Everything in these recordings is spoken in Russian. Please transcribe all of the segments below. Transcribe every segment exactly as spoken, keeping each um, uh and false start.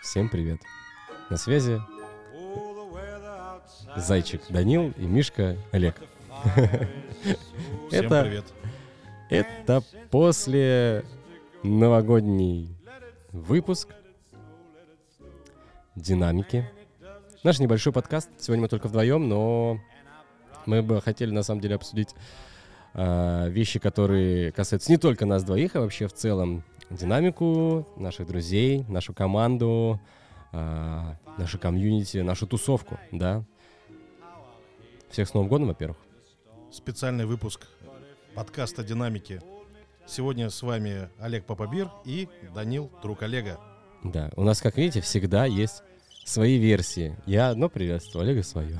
Всем привет. На связи Зайчик Данил и Мишка Олег. Всем это, привет. Это после новогодний выпуск «Динамики». Наш небольшой подкаст. Сегодня мы только вдвоем, но мы бы хотели на самом деле обсудить э, вещи, которые касаются не только нас двоих, а вообще в целом динамику, наших друзей, нашу команду, э, нашу комьюнити, нашу тусовку, да. Всех с Новым годом, во-первых. Специальный выпуск подкаста «Динамики». Сегодня с вами Олег Папабир и Данил, друг Олега. Да, у нас, как видите, всегда есть свои версии. Я одно приветствую, Олега свое.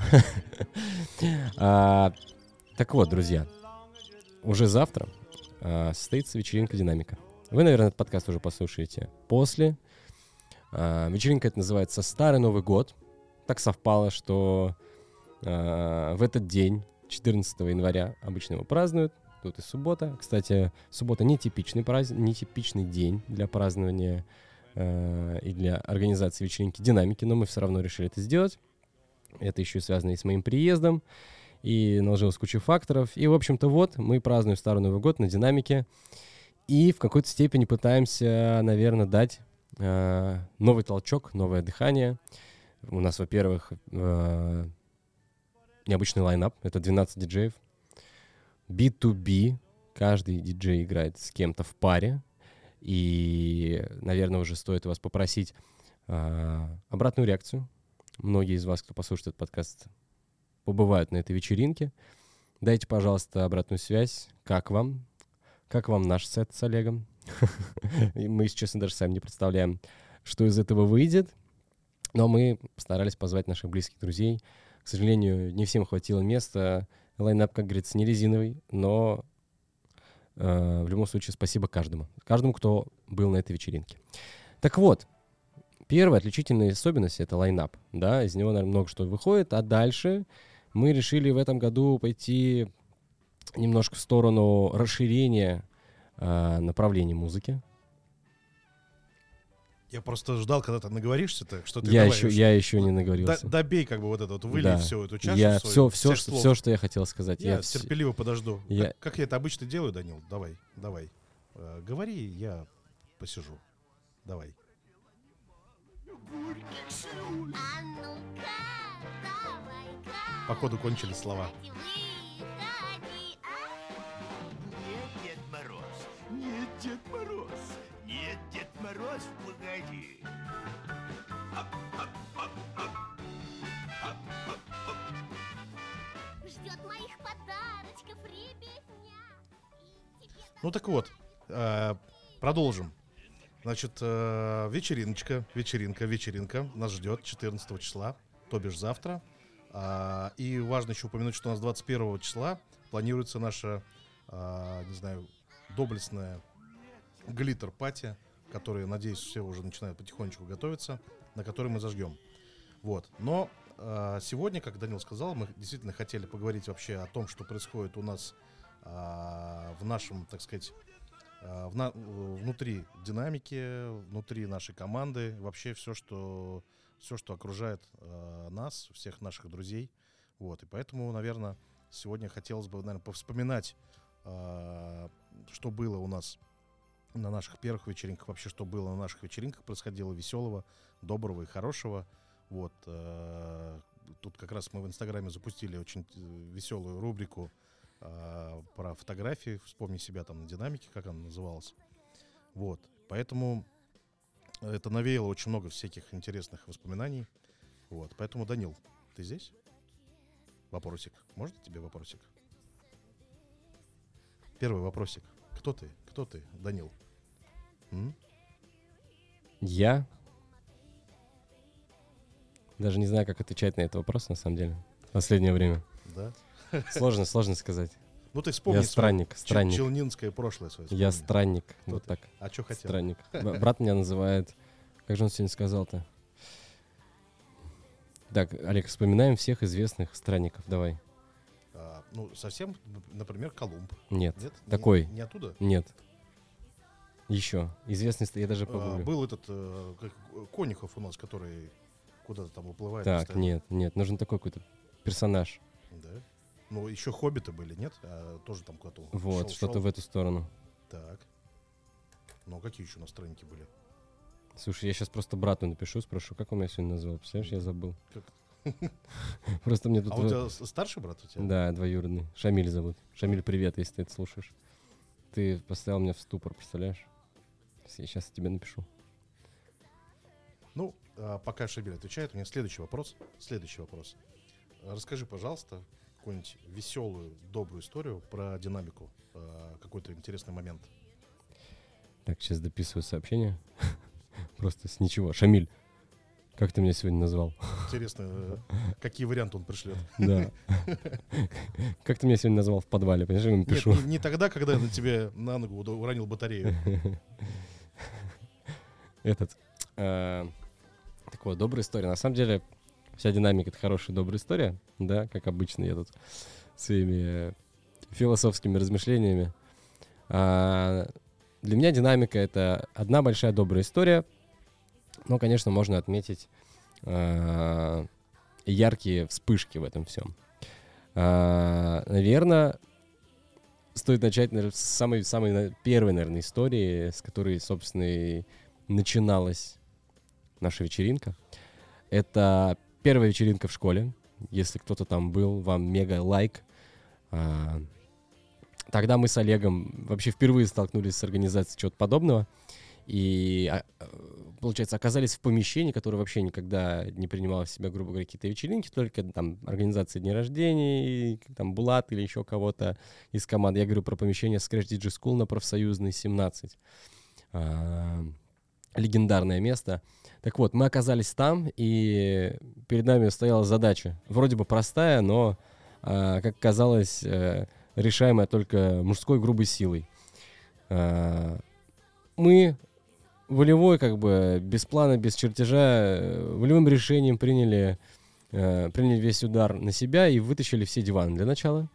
а, так вот, друзья, уже завтра а, состоится вечеринка «Динамика». Вы, наверное, этот подкаст уже послушаете после. А, вечеринка эта называется «Старый Новый год». Так совпало, что а, в этот день, четырнадцатого января, обычно его празднуют. Тут и суббота. Кстати, суббота не типичный праздник, не типичный день для празднования э, и для организации вечеринки «Динамики», но мы все равно решили это сделать. Это еще и связано и с моим приездом, и наложилось куча факторов. И, в общем-то, вот, мы празднуем Старый Новый год на «Динамике», и в какой-то степени пытаемся, наверное, дать э, новый толчок, новое дыхание. У нас, во-первых, э, необычный лайнап, это двенадцать диджеев. би ту би, каждый диджей играет с кем-то в паре, и, наверное, уже стоит вас попросить а, обратную реакцию. Многие из вас, кто послушает этот подкаст, побывают на этой вечеринке. Дайте, пожалуйста, обратную связь, как вам, как вам наш сет с Олегом. Мы, если честно, даже сами не представляем, что из этого выйдет, но мы постарались позвать наших близких друзей. К сожалению, не всем хватило места. Лайнап, как говорится, не резиновый, но э, в любом случае спасибо каждому. Каждому, кто был на этой вечеринке. Так вот, первая отличительная особенность — это лайнап. Да, из него, наверное, много что выходит. А дальше мы решили в этом году пойти немножко в сторону расширения э, направлений музыки. Я просто ждал, когда ты наговоришься-то, что ты я давай, еще, я еще не наговорился. Д- добей как бы вот это вот, вылей да. всю эту чашу я свою, все, все, что, все, что я хотел сказать. Я, я терпеливо вс... подожду. Я... Как, как я это обычно делаю, Данил? Давай, давай. Э, говори, я посижу. Давай. Походу кончились слова. Нет, Дед Мороз, нет, Дед Мороз, нет, Дед Мороз, погоди. Ждет моих подарочков, ребятня. Ну так вот, э, продолжим. Значит, э, вечериночка, вечеринка, вечеринка нас ждет четырнадцатого числа, то бишь завтра. А, и важно еще упомянуть, что у нас двадцать первого числа планируется наша, а, не знаю, доблестная глиттер-пати, которая, надеюсь, все уже начинают потихонечку готовиться, на которой мы зажгем. Вот. Но а, сегодня, как Данил сказал, мы действительно хотели поговорить вообще о том, что происходит у нас а, в нашем, так сказать, а, в на, внутри динамики, внутри нашей команды, вообще все, что... все, что окружает э, нас, всех наших друзей. Вот. И поэтому, наверное, сегодня хотелось бы, наверное, повспоминать, э, что было у нас на наших первых вечеринках, вообще, что было на наших вечеринках, происходило веселого, доброго и хорошего. Вот. Э, тут как раз мы в Инстаграме запустили очень веселую рубрику э, про фотографии. «Вспомни себя» там на «Динамике», как она называлась. Вот. Поэтому... это навеяло очень много всяких интересных воспоминаний. Вот. Поэтому, Данил, ты здесь? Вопросик. Можно тебе вопросик? Первый вопросик. Кто ты? Кто ты, Данил? М? Я даже не знаю, как отвечать на этот вопрос, на самом деле, в последнее время. Да? Сложно, сложно сказать. Ну ты вспомни Я странник, свое странник. челнинское прошлое свое. Я вспомни. странник, Кто вот ты? так. А что хотел? Странник. Б- Брат меня называет... Как же он сегодня сказал-то? Так, Олег, вспоминаем всех известных странников, давай. А, ну, совсем, например, Колумб. Нет, Нет? такой. Не, не оттуда? Нет. Еще. Известный, ст- я даже А, погуглю. был этот э, как, Конюхов у нас, который куда-то там уплывает. Так, постоянно. нет, нет, нужен такой какой-то персонаж. Да. Ну, еще хоббиты были, нет? А, тоже там куда-то Вот, шел, что-то шел. в эту сторону. Так. Ну, а какие еще у нас странники были? Слушай, я сейчас просто брату напишу, спрошу, как он меня сегодня назвал. Представляешь, я забыл. Как? Просто мне тут... А у во- тебя с- старший брат у тебя? Да, двоюродный. Шамиль зовут. Шамиль, привет, если ты это слушаешь. Ты поставил меня в ступор, представляешь? Сейчас я тебе напишу. Ну, а, пока Шабель отвечает, у меня следующий вопрос. Следующий вопрос. А, Расскажи, пожалуйста, какую-нибудь веселую, добрую историю про динамику. а, Какой-то интересный момент. Так, сейчас дописываю сообщение. Просто с ничего. Шамиль, как ты меня сегодня назвал? Интересно, э, какие варианты он пришлет. Да. Как ты меня сегодня назвал в подвале? Понимаешь, я ему Нет, пишу. не, не тогда, когда я на тебе на ногу уд- уронил батарею. Этот. э, Так вот, добрая история. На самом деле, вся динамика — это хорошая, добрая история. Да, как обычно я тут своими э, философскими размышлениями. А, Для меня динамика — это одна большая добрая история. Но, конечно, можно отметить а, яркие вспышки в этом всем. Наверное, стоит начать, наверное, с самой, самой на- первой, наверное, истории, с которой, собственно, и начиналась наша вечеринка. Это первая вечеринка в школе. Если кто-то там был, вам мега лайк. А, Тогда мы с Олегом вообще впервые столкнулись с организацией чего-то подобного. И, а, э, получается, оказались в помещении, которое вообще никогда не принимало в себя, грубо говоря, какие-то вечеринки, только там организация дней рождений, там Булат или еще кого-то из команды. Я говорю про помещение Scratch ди джей School на Профсоюзной, семнадцать. А, Легендарное место. Так вот, мы оказались там, и перед нами стояла задача. Вроде бы простая, но, а, как казалось, э, решаемая только мужской грубой силой. А, Мы волевой, как бы, без плана, без чертежа, э, волевым решением приняли, э, приняли весь удар на себя и вытащили все диваны для начала.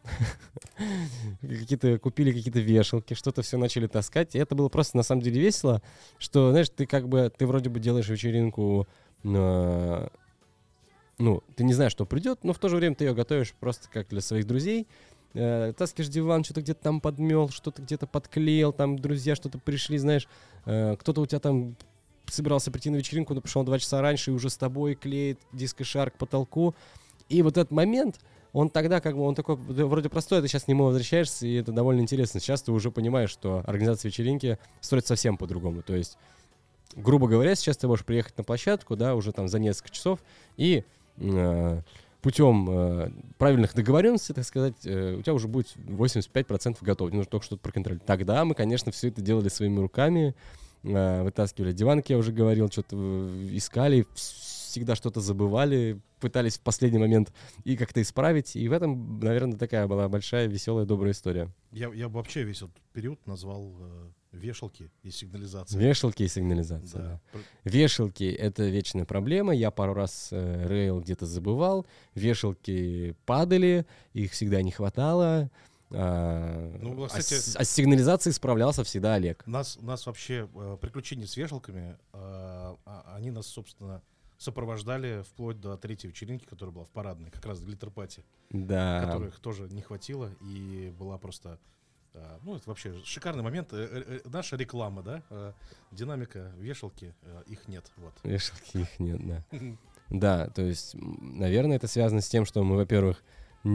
Какие-то купили какие-то вешалки, что-то все начали таскать. И это было просто на самом деле весело, что, знаешь, ты как бы, ты вроде бы делаешь вечеринку, э, ну, ты не знаешь, что придет, но в то же время ты ее готовишь просто как для своих друзей. Э, таскиваешь диван, что-то где-то там подмел, что-то где-то подклеил, там друзья что-то пришли, знаешь, э, кто-то у тебя там собирался прийти на вечеринку, но пришел два часа раньше и уже с тобой клеит диско-шар к потолку. И вот этот момент, он тогда как бы, он такой вроде простой, ты сейчас к нему возвращаешься, и это довольно интересно. Сейчас ты уже понимаешь, что организация вечеринки строится совсем по-другому. То есть, грубо говоря, сейчас ты можешь приехать на площадку, да, уже там за несколько часов, и э, путем э, правильных договоренностей, так сказать, э, у тебя уже будет восемьдесят пять процентов готово. Тебе нужно только что-то проконтролировать. Тогда мы, конечно, все это делали своими руками, э, вытаскивали диванки, я уже говорил, что-то э, искали, всегда что-то забывали, пытались в последний момент и как-то исправить. И в этом, наверное, такая была большая, веселая, добрая история. Я, я бы вообще весь этот период назвал э, вешалки и сигнализации. Вешалки и сигнализация. Да. Да. Пр- Вешалки — это вечная проблема. Я пару раз э, рейл где-то забывал. Вешалки падали, их всегда не хватало. А, Ну, а кстати- с, а с сигнализацией справлялся всегда Олег. Нас, нас вообще э, приключения с вешалками, э, а- они нас, собственно, сопровождали вплоть до третьей вечеринки, которая была в парадной, как раз глиттер-пати, Да. которых тоже не хватило, и была просто, э, ну, это вообще шикарный момент. Э, э, э, наша реклама, да, э, динамика, вешалки, э, их нет, вот. Вешалки их нет, да. Да, то есть, м, наверное, это связано с тем, что мы, во-первых,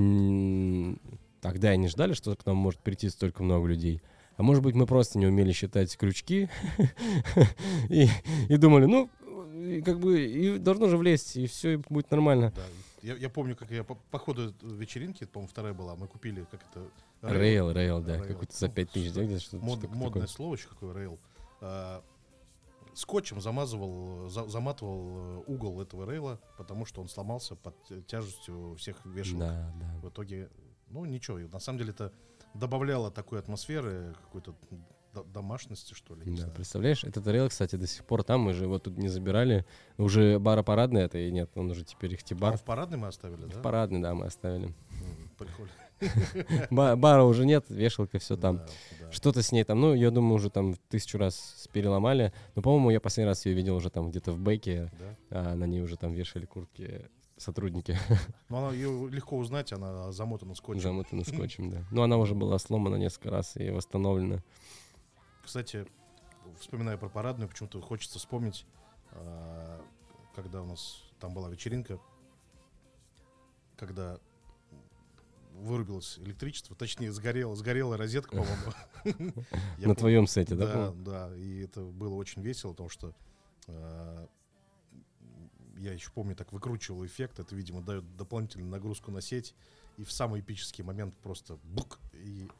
м, тогда и не ждали, что к нам может прийти столько много людей. А может быть, мы просто не умели считать крючки и, и думали, ну, и как бы и должно же влезть, и все будет нормально. Да. Я, я помню, как я по, по ходу вечеринки, это, по-моему, вторая была, мы купили, как это... Рейл, рейл, да, Рейл. какой-то за Ну, пять тысяч, да, где-то что-то Мод- что-то модное такое. слово еще какое, рейл. А, скотчем замазывал, за- заматывал э, угол этого рейла, потому что он сломался под э, тяжестью всех вешалок. Да, да. В итоге, ну ничего, и на самом деле это добавляло такой атмосферы, какой-то д- домашности, что ли. не Да, знаю. представляешь, этот рейл, кстати, до сих пор там, мы же его тут не забирали. Уже бара парадный это и нет, он уже теперь А ихтибар. в парадной мы оставили, да? В парадный, да, мы оставили. М, Прикольно. Ба- Бара уже нет, вешалка, все там. Да, да. Что-то с ней там, ну, я думаю, уже там тысячу раз переломали. Но, по-моему, я последний раз ее видел уже там где-то в Бэке, Да. а на ней уже там вешали куртки сотрудники. Но она, ее легко узнать, она замотана скотчем. Замотаны скотчем, да. Но она уже была сломана несколько раз и восстановлена. Кстати, вспоминая про парадную, почему-то хочется вспомнить, а, когда у нас там была вечеринка, когда вырубилось электричество, точнее, сгорела, сгорела розетка, по-моему. Я На пом- твоем сете, да? Да, по-моему? да, и это было очень весело, потому что э, я еще помню, так выкручивал эффект, это, видимо, дает дополнительную нагрузку на сеть, и в самый эпический момент просто бук, и,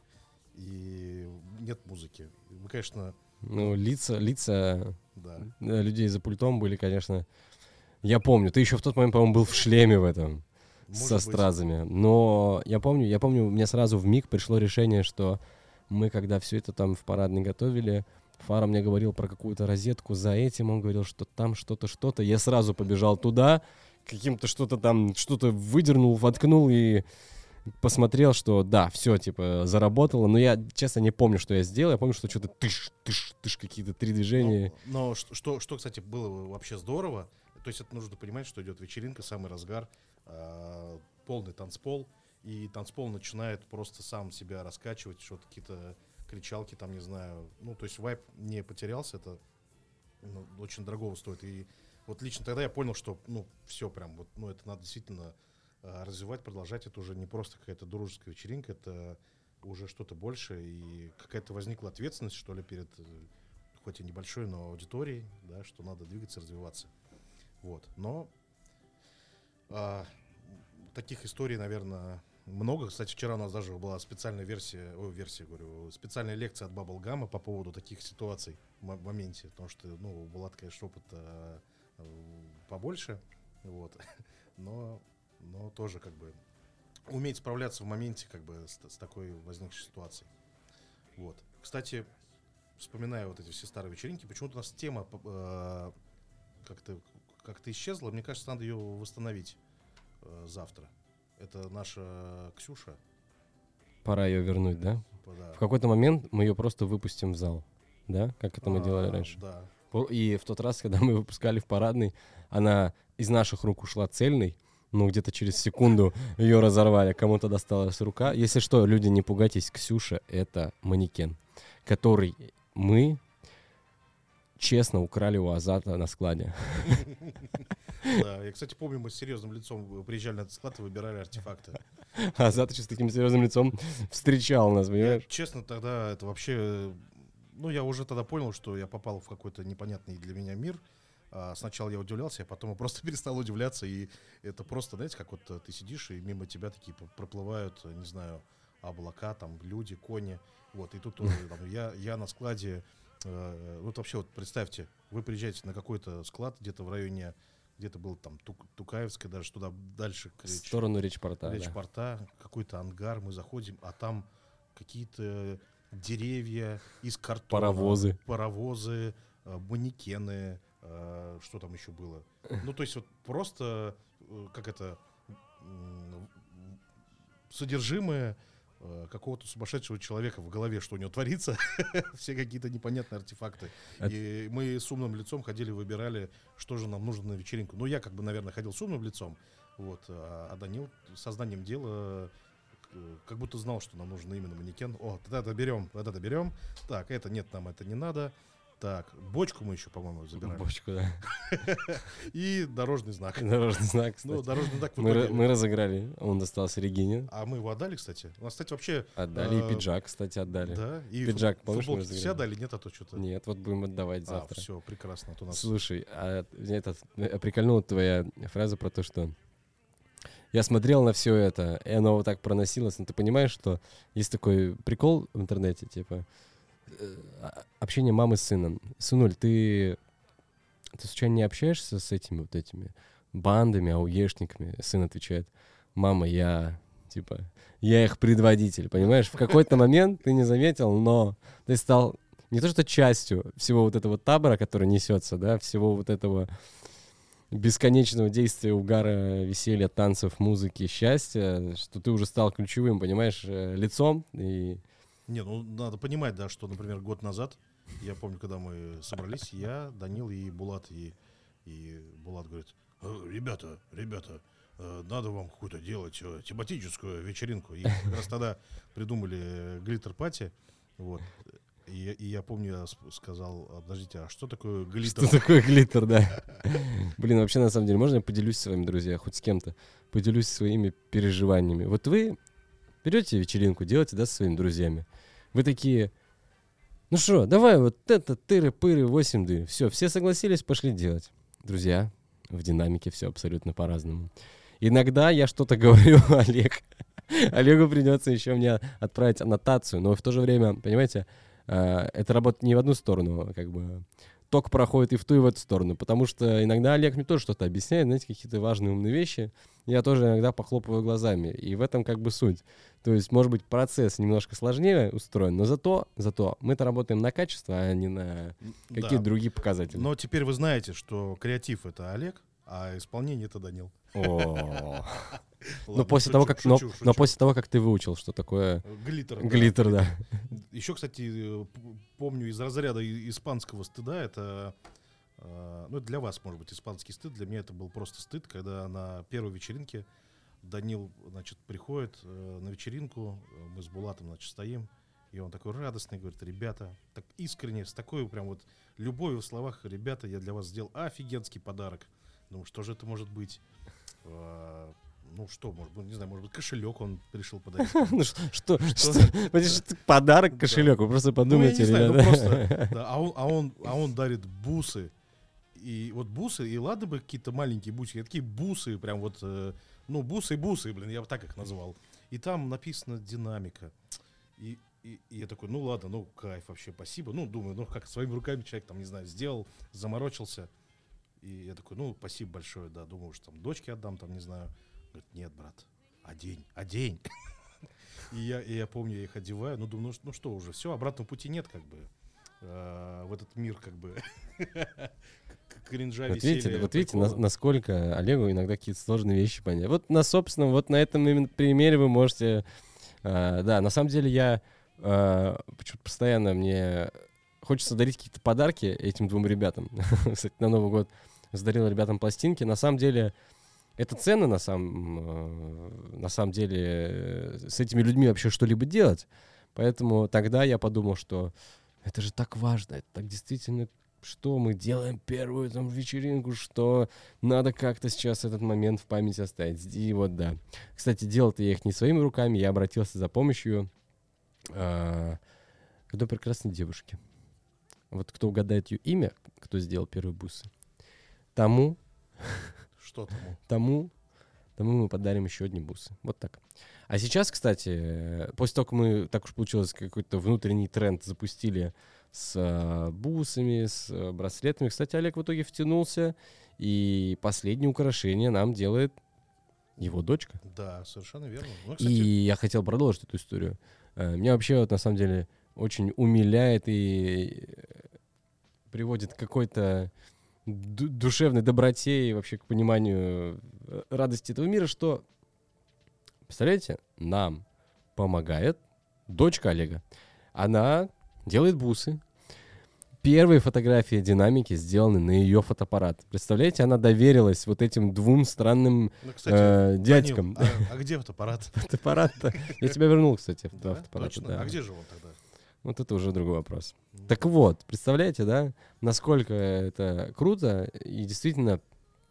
и нет музыки. Мы, конечно, Ну, лица, лица да, э, людей за пультом были, конечно... Я помню, ты еще в тот момент, по-моему, был в шлеме в этом. может Со быть, стразами. Но я помню, я помню, мне сразу в миг пришло решение, что мы, когда все это там в парадной готовили, Фара мне говорил про какую-то розетку за этим, он говорил, что там что-то, что-то. Я сразу побежал туда, каким-то что-то там, что-то выдернул, воткнул и посмотрел, что да, все, типа, заработало. Но я, честно, не помню, что я сделал. Я помню, что что-то тыш, тыш, тыш, какие-то три движения. Но, но что, что, что, кстати, было вообще здорово, то есть это нужно понимать, что идет вечеринка, самый разгар, э, полный танцпол, и танцпол начинает просто сам себя раскачивать, что-то какие-то кричалки там, не знаю, ну, то есть вайб не потерялся, это ну, очень дорого стоит, и вот лично тогда я понял, что, ну, все прям, вот, ну, это надо действительно э, развивать, продолжать, это уже не просто какая-то дружеская вечеринка, это уже что-то большее, и какая-то возникла ответственность, что ли, перед, э, хоть и небольшой, но аудиторией, да, что надо двигаться, развиваться. Вот, но а, таких историй, наверное, много. Кстати, вчера у нас даже была специальная версия, ой, версия, говорю, специальная лекция от Bubblegum по поводу таких ситуаций в м- моменте, потому что, ну, была, конечно, опыт а, побольше, вот, но, но тоже, как бы, уметь справляться в моменте, как бы, с, с такой возникшей ситуацией. Вот. Кстати, вспоминая вот эти все старые вечеринки, почему-то у нас тема э, как-то как-то исчезла. Мне кажется, надо ее восстановить э, завтра. Это наша Ксюша. Пора ее вернуть, да? Да. В какой-то момент мы ее просто выпустим в зал, да? Как это мы делали А, раньше. Да. По- И в тот раз, когда мы выпускали в парадный, она из наших рук ушла цельной, ну, где-то через секунду ее разорвали, кому-то досталась рука. Если что, люди, не пугайтесь, Ксюша — это манекен, который мы честно украли у Азата на складе. Да. Я, кстати, помню, мы с серьезным лицом приезжали на этот склад и выбирали артефакты. Азат еще с таким серьезным лицом встречал нас, Я, понимаешь? честно, тогда это вообще... Ну, я уже тогда понял, что я попал в какой-то непонятный для меня мир. А, сначала я удивлялся, а потом я просто перестал удивляться. И это просто, знаете, как вот ты сидишь, и мимо тебя такие проплывают, не знаю, облака, там, люди, кони. Вот, и тут тоже там, я, я на складе... Э, вот вообще, вот представьте, вы приезжаете на какой-то склад где-то в районе... Где-то был там Тук, Тукаевская, даже туда дальше. К В сторону Речпорта, да. Речпорта, какой-то ангар, мы заходим, а там какие-то деревья из картона. Паровозы. Паровозы, э, манекены, э, что там еще было. Ну, то есть вот просто, э, как это, м, содержимое э, какого-то сумасшедшего человека в голове, что у него творится, все какие-то непонятные артефакты. Это- И мы с умным лицом ходили, выбирали, что же нам нужно на вечеринку. Ну, я как бы, наверное, ходил с умным лицом, вот, а а Данил сознанием дела э, как будто знал, что нам нужен именно манекен. О, вот это берем, вот это берем. Так, это нет, нам это не надо. Так, бочку мы еще, по-моему, забирали. Бочку, да. И дорожный знак. Дорожный знак, Ну, кстати. Мы, ра- мы разыграли, он достался Регине. А мы его отдали, кстати. У нас, кстати, вообще... Отдали, э, и пиджак, кстати, отдали. Да, и Пиджак, фут- помнишь, мы футболки разыграли? все отдали, нет, а то что-то... Нет, вот будем отдавать А, завтра. все, прекрасно. А то у нас... Слушай, а этот, э, прикольнула твоя фраза про то, что я смотрел на все это, и оно вот так проносилось. Но ты понимаешь, что есть такой прикол в интернете, типа э, а- общение мамы с сыном. Сынуль, ты, ты случайно не общаешься с этими вот этими бандами, ауешниками? Сын отвечает: мама, я, типа, я их предводитель, понимаешь? В какой-то момент ты не заметил, но ты стал не то что частью всего вот этого табора, который несется, да, всего вот этого бесконечного действия, угара, веселья, танцев, музыки, счастья, что ты уже стал ключевым, понимаешь, э, лицом. И... Не, ну надо понимать, да, что, например, год назад, я помню, когда мы собрались, я, Данил и Булат, и, и Булат говорит: «Э, ребята, ребята, э, надо вам какую-то делать э, тематическую вечеринку. И как раз тогда придумали глиттер-пати, вот. И, и я помню, я сп- сказал: «А, подождите, а что такое глиттер?» Что такое глиттер, да? Блин, вообще, на самом деле, можно я поделюсь с вами, друзья, хоть с кем-то? Поделюсь своими переживаниями. Вот вы берете вечеринку, делаете, да, со своими друзьями. Вы такие: ну что, давай вот это, тыры-пыры, восемь ды. Все, все согласились, пошли делать. Друзья, в динамике все абсолютно по-разному. Иногда я что-то говорю, Олег. Олегу придется еще мне отправить аннотацию, но в то же время, понимаете, э, это работает не в одну сторону, как бы ток проходит и в ту, и в эту сторону, потому что иногда Олег мне тоже что-то объясняет, знаете, какие-то важные умные вещи, я тоже иногда похлопываю глазами, и в этом как бы суть. То есть, может быть, процесс немножко сложнее устроен, но зато, зато мы-то работаем на качество, а не на какие-то Да. другие показатели. Но теперь вы знаете, что креатив — это Олег, а исполнение — это Данил. О. Но Ладно, после шучу, того, как, но, шучу, но шучу. после того, как ты выучил, что такое Глиттер. глиттер, да. Еще, кстати, э, п- помню из разряда и- испанского стыда, это, э, ну, это для вас, может быть, испанский стыд, для меня это был просто стыд, когда на первой вечеринке Данил, значит, приходит э, на вечеринку, э, мы с Булатом, значит, стоим, и он такой радостный, говорит: ребята, так искренне, с такой прям вот любовью в словах: ребята, я для вас сделал офигенский подарок. Думаю, что же это может быть? Э, Ну, что, может быть, не знаю, может быть, кошелек он решил подарить. Ну ш- что, что, подожди, что ты подарок, Да. кошелек, вы просто Ну, я подумайте, не знаю, ну, ребята. просто, да, а он, а он, а он дарит бусы. И вот бусы, и ладно бы какие-то маленькие бусики, а такие бусы, прям вот, э, ну, бусы-бусы, блин, я бы так их назвал. И там написано «Динамика». И, и, и я такой: ну ладно, ну кайф вообще, спасибо. Ну, думаю, ну как своими руками человек там, не знаю, сделал, заморочился. И я такой: ну, спасибо большое, да, думаю, что там дочке отдам, там, не знаю. Говорит: нет, брат, одень, одень. И я, и я помню, я их одеваю, ну, думаю, ну, ш- ну что уже, все, обратного пути нет, как бы, э, в этот мир, как бы, к- кринжа, Вот видите, веселья, вот видите, на- прикола. насколько Олегу иногда какие-то сложные вещи понять. Вот на собственном, вот на этом именно примере вы можете... а, да, на самом деле я а, почему-то постоянно мне хочется дарить какие-то подарки этим двум ребятам. Кстати, на Новый год задарил ребятам пластинки. На самом деле это ценно, на самом, э, на самом деле, э, с этими людьми вообще что-либо делать. Поэтому тогда я подумал, что это же так важно, это так действительно, что мы делаем первую там вечеринку, что надо как-то сейчас этот момент в памяти оставить. И вот да. Кстати, делал-то я их не своими руками, я обратился за помощью а, к одной прекрасной девушке. Вот кто угадает ее имя, кто сделал первые бусы, тому, Что там? тому, тому мы подарим еще одни бусы. Вот так. А сейчас, кстати, э, после того, как мы, так уж получилось, какой-то внутренний тренд запустили с э, бусами, с э, браслетами. Кстати, Олег в итоге втянулся, и последнее украшение нам делает его дочка. Да, совершенно верно. Ну, кстати, И я хотел продолжить эту историю. Э, Меня вообще, вот, на самом деле, очень умиляет и э, приводит к какой-то ду- душевной доброте и вообще к пониманию э, радости этого мира, что, представляете, нам помогает дочка Олега. Она делает бусы. Первые фотографии динамики сделаны на ее фотоаппарат. Представляете, она доверилась вот этим двум странным ну, кстати, э, Данил, дядькам. а, а где фотоаппарат? Фотоаппарат-то. Я тебя вернул, кстати, в Да? фотоаппарат. Точно? Да. А где же он тогда? Вот это уже другой вопрос. Ну, Так вот, представляете, да, насколько это круто и действительно,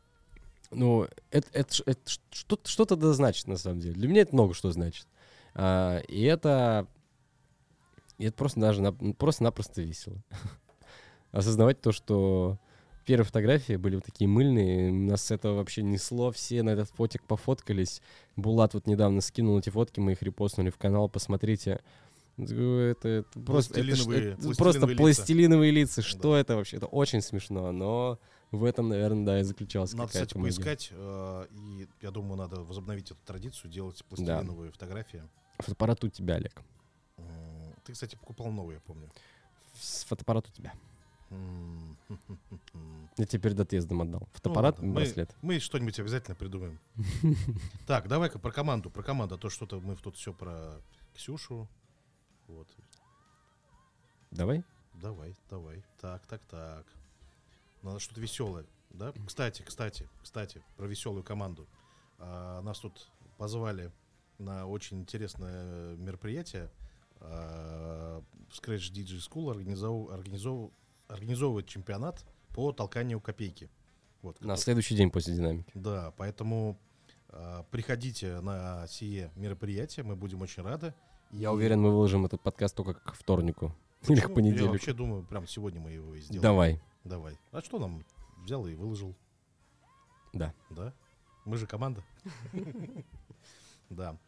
ну, это, это, ш- это ш- что-то, что-то да значит на самом деле. Для меня это много что значит. А, и это, и это просто даже на- просто-напросто весело. Осознавать то, что первые фотографии были вот такие мыльные, нас с этого вообще несло, все на этот фотик пофоткались. Булат вот недавно скинул эти фотки, мы их репостнули в канал, посмотрите. Это, это просто, это, ж- Пластилиновые- это просто пластилиновые лица. пластилиновые лица. Что Да. это вообще? Это очень смешно, но в этом, наверное, да, и заключалась Надо, какая-то кстати, магия. поискать, э, и я думаю, надо возобновить эту традицию, делать пластилиновые фотографии. Фотоаппарат у тебя, Олег. М, Ты, кстати, покупал новый, я помню. С- Фотоаппарат у тебя. М, Я тебе перед отъездом отдал. Ну Фотоаппарат, ладно, мы- браслет. Мы что-нибудь обязательно придумаем. Так, давай-ка про команду, про команду, а то что-то мы тут все про Ксюшу. Вот. Давай. Давай, давай. Так, так, так. Надо что-то веселое, да? Кстати, кстати, кстати, про веселую команду. А, нас тут позвали на очень интересное мероприятие. А, Scratch ди джей School организов- организов- организовывает чемпионат по толканию копейки. Вот, На который- следующий день после динамики. Да, поэтому а, приходите на сие мероприятие, мы будем очень рады. Я И- уверен, мы выложим этот подкаст только к вторнику. Или к Почему? Я понедельнику. вообще думаю, прям сегодня мы его и сделаем. Давай. Давай. А что нам? Взял и выложил. Да. Да? Мы же команда. Да.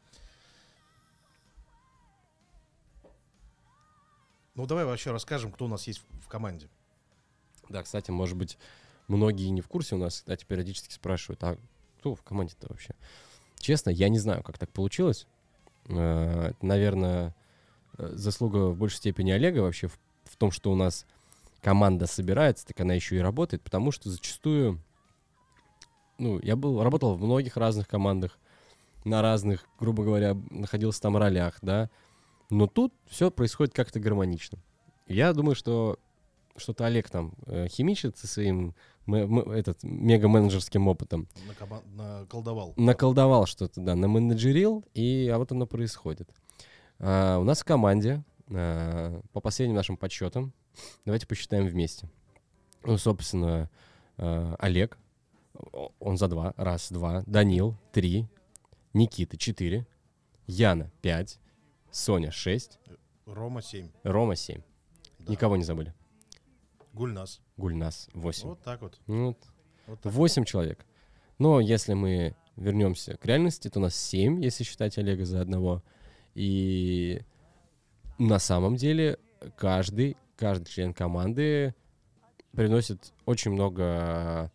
Ну, давай вообще расскажем, кто у нас есть в команде. Да, кстати, может быть, многие не в курсе у нас, кстати, периодически спрашивают, а кто в команде-то вообще? Честно, я не знаю, как так получилось. Э, Это, наверное, э, заслуга в большей степени Олега вообще в, в том, что у нас команда собирается, так она еще и работает, потому что зачастую, ну, я был, работал в многих разных командах, на разных, грубо говоря, находился там ролях, да, но тут все происходит как-то гармонично. Я думаю, что что-то Олег там э, химичит со своим м- м- этот, мега-менеджерским опытом. Накома- Наколдовал. Наколдовал что-то, да, наменеджерил, и а вот оно происходит. А, у нас в команде, а, по последним нашим подсчетам, давайте посчитаем вместе. Ну, собственно, а, Олег, о- он за два, раз, два, Данил, три, Никита, четыре, Яна, пять, Соня, шесть, Рома семь. Рома, семь. Да. Никого не забыли. Гульнас. Гульнас, восемь. Вот так вот. Ну, вот Вот так. восемь человек. Но если мы вернемся к реальности, то у нас семь, если считать Олега за одного. И на самом деле каждый, каждый член команды приносит очень много...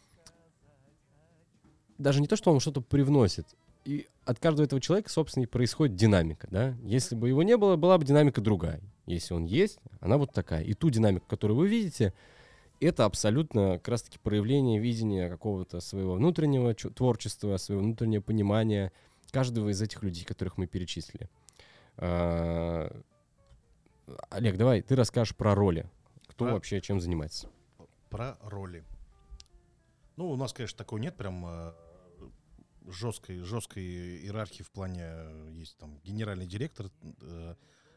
Даже не то, что он что-то привносит. И от каждого этого человека, собственно, и происходит динамика, да? Если бы его не было, была бы динамика другая. Если он есть, она вот такая. И ту динамику, которую вы видите, это абсолютно как раз-таки проявление видения какого-то своего внутреннего чу- творчества, своего внутреннего понимания каждого из этих людей, которых мы перечислили. А, Олег, давай ты расскажешь про роли. Кто Про- вообще чем занимается? Про роли. Ну, у нас, конечно, такой нет прям э, жесткой, жесткой иерархии в плане, э, есть там генеральный директор э,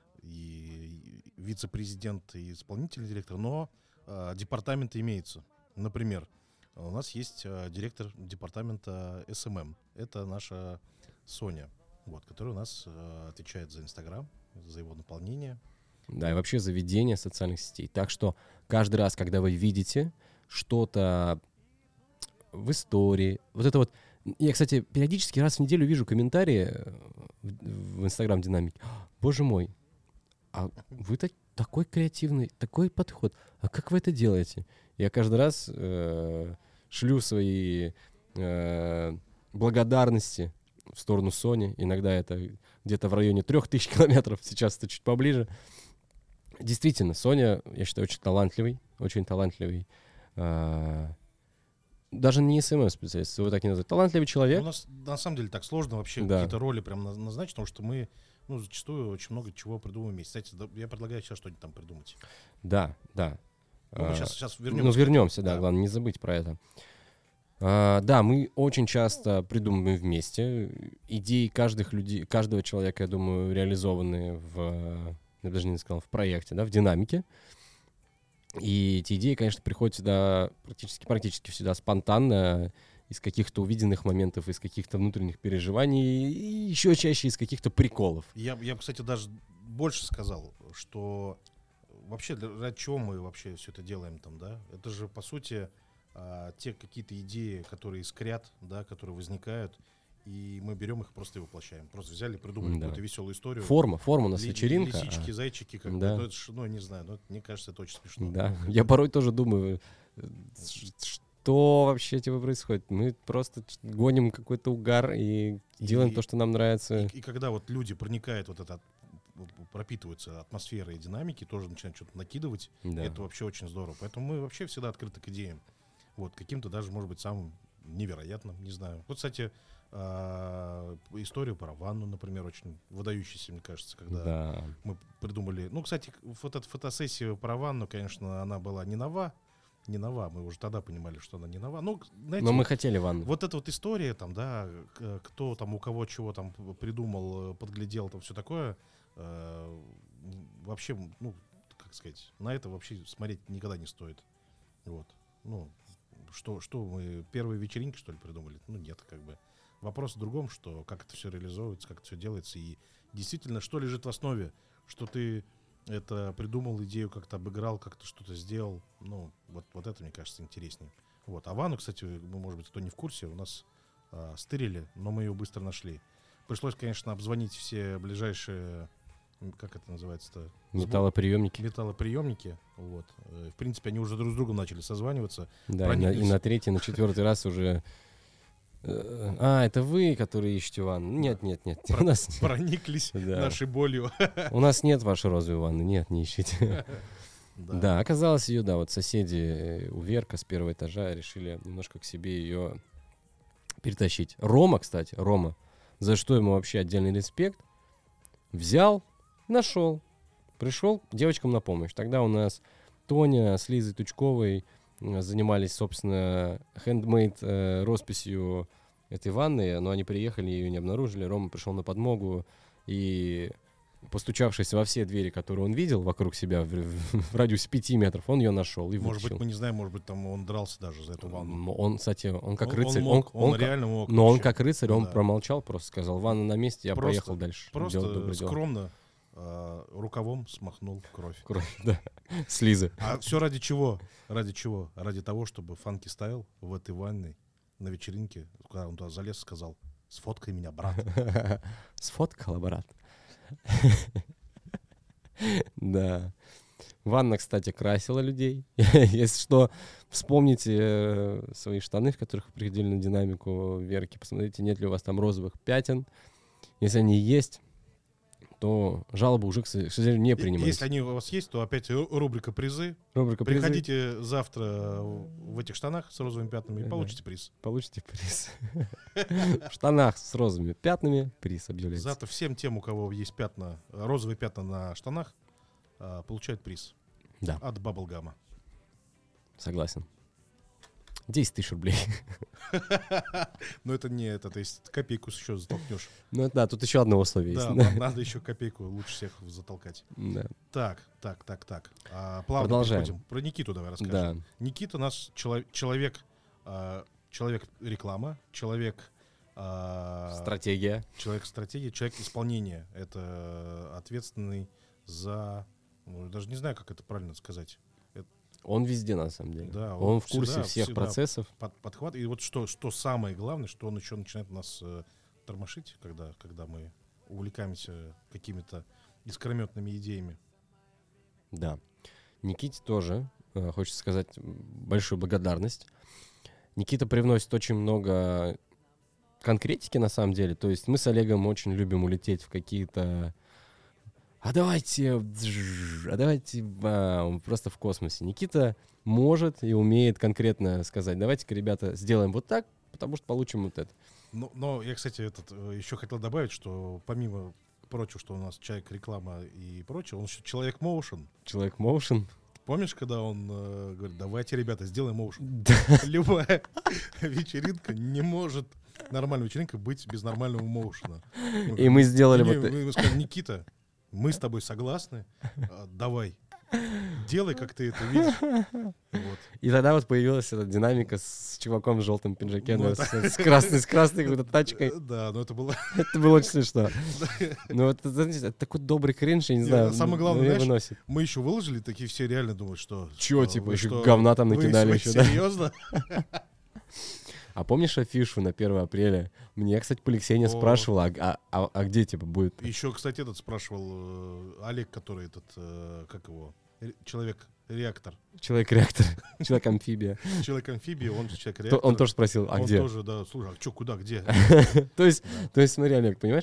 и вице-президент и исполнительный директор, но э, департаменты имеются. Например, у нас есть э, директор департамента эс эм эм. Это наша Соня, вот, которая у нас э, отвечает за Инстаграм, за его наполнение. Да, и вообще за ведение социальных сетей. Так что каждый раз, когда вы видите что-то в истории, вот это вот... Я, кстати, периодически раз в неделю вижу комментарии э, в, в Инстаграм Динамики. Боже мой, а вы так- такой креативный, такой подход. А как вы это делаете? Я каждый раз э, шлю свои э, благодарности в сторону Сони. Иногда это где-то в районе трех тысяч километров, сейчас это чуть поближе. Действительно, Соня, я считаю, очень талантливый, очень талантливый. а, Даже не эс эм эм-специалист, его так не называют. Талантливый человек. У нас на самом деле так сложно вообще Да. какие-то роли прям на- назначить, потому что мы, ну, зачастую очень много чего придумываем вместе. Кстати, да, я предлагаю сейчас что-нибудь там придумать. Да, да. Ну, мы А, сейчас, сейчас вернемся. Ну, вернемся, да, Да. главное не забыть про это. А, да, мы очень часто придумываем вместе. Идеи каждых людей, каждого человека, я думаю, реализованы в, я даже не сказал, в проекте, да, в динамике. И эти идеи, конечно, приходят всегда практически, практически всегда спонтанно, из каких-то увиденных моментов, из каких-то внутренних переживаний, и еще чаще из каких-то приколов. Я, я бы, кстати, даже больше сказал, что вообще для, ради чего мы вообще все это делаем там, да? Это же, по сути, а, те какие-то идеи, которые искрят, да, которые возникают, и мы берем их просто и воплощаем. Просто взяли, придумали Да. какую-то веселую историю. Форма, форма у нас Ли- вечеринка. а- Лисички, зайчики, как бы. Да. Ну, это ж, ну, не знаю, но это, мне кажется, это очень смешно. Да, Ну, как я бы, порой тоже думаю, э, ш- что вообще типа происходит. Мы просто ч- гоним какой-то угар и делаем И- то, что нам нравится. И, и когда вот люди проникают вот это пропитываются атмосферой и динамики, тоже начинают что-то накидывать. Да. Это вообще очень здорово. Поэтому мы вообще всегда открыты к идеям. Вот, каким-то даже, может быть, самым невероятным, не знаю. Вот, кстати, а, историю про ванну, например, очень выдающаяся, мне кажется, когда Да. мы придумали... Ну, кстати, фото фотосессия про ванну, конечно, она была не нова. Не нова, мы уже тогда понимали, что она не нова. Ну, знаете, Но мы вот, хотели ванну. вот эта вот история, там, да, к- кто там, у кого чего там придумал, э, подглядел, там все такое, э, вообще, ну, как сказать, на это вообще смотреть никогда не стоит. Вот. Ну, что, что мы первые вечеринки, что ли, придумали? Ну, нет, как бы. Вопрос в другом, что как это все реализовывается, как это все делается, и действительно, что лежит в основе, что ты это придумал, идею как-то обыграл, как-то что-то сделал. Ну, вот, вот это, мне кажется, интереснее. Вот. А ванну, кстати, ну, может быть, кто не в курсе, у нас а, стырили, но мы ее быстро нашли. Пришлось, конечно, обзвонить все ближайшие, м, как это называется-то? Металлоприемники. Металлоприемники. Вот. Э, В принципе, они уже друг с другом начали созваниваться. Да, и на, и прониклись. на третий, на четвертый раз уже... э, А, это вы, которые ищете ванну? Нет, нет, нет. У нас, Прониклись Да. нашей болью. у нас нет вашей розовой ванны. Нет, не ищите. Да, оказалось ее, да, вот соседи э, у Верка с первого этажа решили немножко к себе ее перетащить. Рома, кстати, Рома, за что ему вообще отдельный респект, взял, нашел, пришел девочкам на помощь. Тогда у нас Тоня с Лизой Тучковой э, занимались, собственно, хендмейд э, росписью этой ванны, но они приехали, ее не обнаружили. Рома пришел на подмогу и, постучавшись во все двери, которые он видел вокруг себя в, в- в радиусе пяти метров, он ее нашел и Может быть, вытащил. мы не знаем, может быть, там он дрался даже за эту ванну. М, Он, кстати, он как Он- рыцарь, Он, мог, он, он как- реально мог. но он вообще. как рыцарь, он Да. промолчал, просто сказал: ванна на месте, я Просто- поехал дальше. Просто делать доброе дело. скромно а, рукавом смахнул кровь. Кровь, да. Слизы. А все ради чего? Ради чего? Ради того, чтобы Фанки Стайл в этой ванной на вечеринке, когда он туда залез, сказал: сфоткай меня, брат. Сфоткала, брат. Да. Ванна, кстати, красила людей. Если что, вспомните э, свои штаны, в которых вы приходили на динамику Верки. Посмотрите, нет ли у вас там розовых пятен. Если они есть, то жалобы уже, к сожалению, не И- принимаются. Если они у вас есть, то опять ру- рубрика призы. Рубрика «Призы». Приходите завтра в этих штанах с розовыми пятнами и Да. получите приз. Получите приз. В штанах с розовыми пятнами приз объявляется. Завтра всем тем, у кого есть пятна, э, розовые пятна на штанах, а, получают приз Да, от Баблгама. согласен. десять тысяч рублей. Но это не это, то есть копейку еще затолкнешь. Ну да, тут еще одно условие Да, есть. нам надо еще копейку лучше всех затолкать. Да. Так, так, так, так. А, плавно Продолжаем. переходим. Про Никиту давай расскажем. Да. Никита у нас чело- человек, а, человек реклама, человек, а, Стратегия. человек стратегии, человек исполнения. Это ответственный за, ну, даже не знаю, как это правильно сказать. Он везде, на самом деле. Да, он, он в курсе всегда- всех всегда процессов. Под, подхват. И вот что, что самое главное, что он еще начинает нас э, тормошить, когда, когда мы увлекаемся какими-то искрометными идеями. Да. Никите тоже э, хочется сказать м, большую благодарность. Никита привносит очень много конкретики, на самом деле. То есть мы с Олегом очень любим улететь в какие-то... А давайте... дзж, А давайте... а, просто в космосе. Никита может и умеет конкретно сказать: давайте-ка, ребята, сделаем вот так, потому что получим вот это. Но, но я, кстати, этот, э, еще хотел добавить, что помимо прочего, что у нас человек реклама и прочее, он еще человек моушен. Человек моушен. Помнишь, когда он э, говорит: давайте, ребята, сделаем моушен? Да. Любая вечеринка не может, нормальная вечеринка, быть без нормального моушена. И мы сделали Не, вот... мы мы сказали: Никита, мы с тобой согласны, а, давай, делай, как ты это видишь. Вот. И тогда вот появилась эта динамика с чуваком в желтом пиджаке, Ну, да, с, с красной, с красной какой-то тачкой. Э, Да, но это было... Это было очень смешно. Ну, вот, это, знаете, это такой добрый кринж, я не Не, знаю. самое главное, меня знаешь, выносит. Мы еще выложили, такие все реально думают, что... Чё, что типа, вы еще что, говна там вы- накидали вы еще, да? Серьезно? А помнишь афишу на первое апреля? Меня, кстати, Поликсения О. спрашивала, а, а- а- а где, типа, будет? Еще, кстати, этот спрашивал э, Олег, который этот, э, как его, Ре- человек-реактор, Человек-реактор, человек-амфибия. человек-амфибия, он же То- человек-реактор. Он тоже спросил: а Он где? тоже, да, слушай, а что, куда, где? То есть, то есть, смотри, Олег, понимаешь?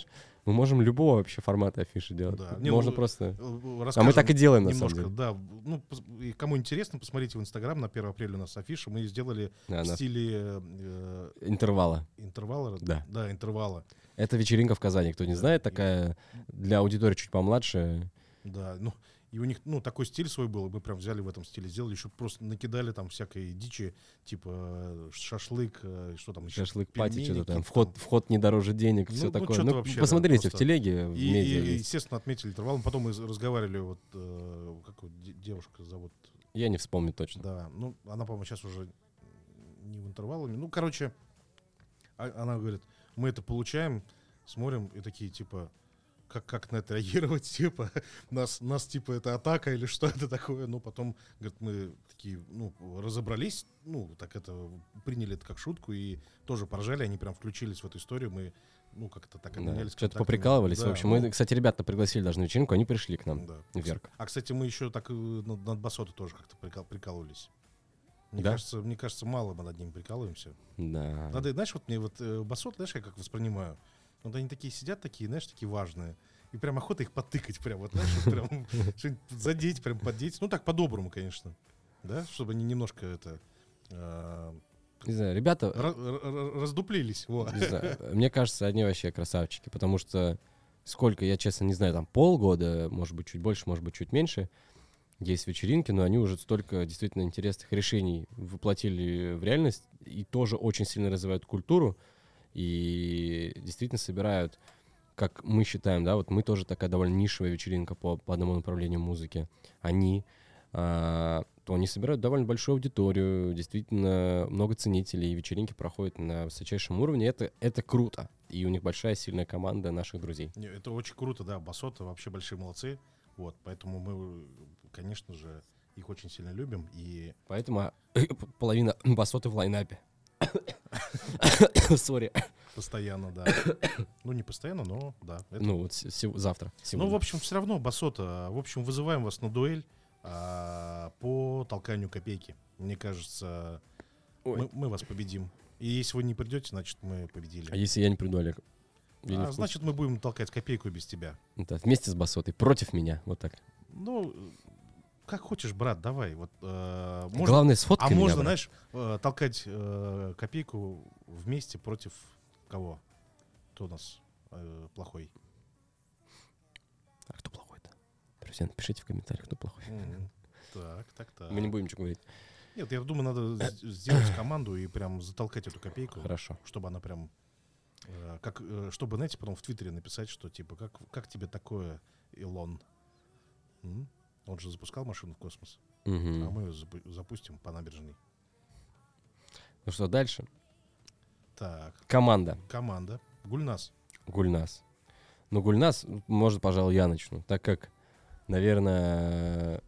Мы можем любого вообще формата афиши делать. Да. Не, Можно ну, просто... э, А расскажем мы так и делаем, на немножко, самом деле. да. Ну, пос- и кому интересно, посмотрите в Инстаграм, на первое апреля у нас афиша. Мы сделали Да, в на- стиле э, Интервала. интервала. Да. Да, интервала. Это вечеринка в Казани, кто не Да, знает, и- такая для аудитории чуть помладше. Да, ну, и у них, ну, такой стиль свой был, и мы прям взяли в этом стиле, сделали, еще просто накидали там всякой дичи, типа э, шашлык, э, что там еще. Шашлык, пати, пельмени что-то там. какие-то Вход, вход не дороже денег, Ну, все ну, такое. что-то Ну, вообще, посмотрите просто. в телеге, в И, медиа и, есть. естественно, отметили интервал. Потом мы разговаривали, вот, э, как вот де- девушка зовут, Я не вспомню точно. да, ну, она, по-моему, сейчас уже не в интервалами. Ну, короче, а- она говорит, мы это получаем, смотрим, и такие, типа, как, как на это реагировать, типа, нас, нас, типа, это атака или что это такое, ну, потом, говорит, мы такие, ну, разобрались, ну, так это, приняли это как шутку и тоже поржали, они прям включились в эту историю, мы, ну, как-то так Да, обменялись что-то контактами. поприкалывались. Да, в общем, ну, мы, кстати, ребята пригласили даже на вечеринку, они пришли к нам да. вверх. А, кстати, мы еще так э, над, над Басоту тоже как-то прикал- прикалывались. Мне, Да? кажется, мне кажется, мало мы над ним прикалываемся. Да. Надо, знаешь, вот мне вот э, Басот, знаешь, я как воспринимаю. Вот они такие сидят, такие, знаешь, такие важные. И прям охота их потыкать прям, вот, знаешь, вот прям что-нибудь задеть, прям поддеть. Ну, так, по-доброму, конечно. Да, чтобы они немножко это... э, Не знаю, ребята, ра- ра- раздуплились. Во. не знаю, мне кажется, они вообще красавчики, потому что сколько, я честно не знаю, там полгода, может быть, чуть больше, может быть, чуть меньше, есть вечеринки, но они уже столько действительно интересных решений воплотили в реальность и тоже очень сильно развивают культуру и действительно собирают, как мы считаем, да, вот мы тоже такая довольно нишевая вечеринка по, по одному направлению музыки. Они, а, то они собирают довольно большую аудиторию, действительно много ценителей, и вечеринки проходят на высочайшем уровне. Это, это круто. И у них большая сильная команда наших друзей. Не, это очень круто, да, Басота вообще большие молодцы. Вот, поэтому мы, конечно же, их очень сильно любим. И Поэтому половина басоты в лайнапе. Сори. постоянно, да. Ну, не постоянно, но да. это- Ну, вот се- се- завтра. Ну, сегодня. в общем, все равно, Басота, в общем, вызываем вас на дуэль а, по толканию копейки. Мне кажется, Ой. мы, мы вас победим. И если вы не придете, значит, мы победили. А если я не приду, Олег? Я не А, в курсе. значит, мы будем толкать копейку без тебя. Да, вместе с басотой, против меня, вот так. Ну, как хочешь, брат, давай. Вот, э, можно- Главное, сфоткай а меня, можно, брат. знаешь, э, толкать э, копейку вместе против кого? Кто у нас э, плохой? А кто плохой-то? Друзья, напишите в комментариях, кто плохой. М, Так, так, так. Мы не будем ничего говорить. Нет, я думаю, надо с- сделать команду и прям затолкать эту копейку, Хорошо. чтобы она прям, э, как, э, чтобы, знаете, потом в Твиттере написать, что типа, как, как тебе такое, Илон? М? Он же запускал машину в космос, Мгм. а мы ее запу- запустим по набережной. Ну что, дальше? Так, Команда команда. Гульнас. Гульнас. Ну, Гульнас, может, пожалуй, я начну, так как, наверное,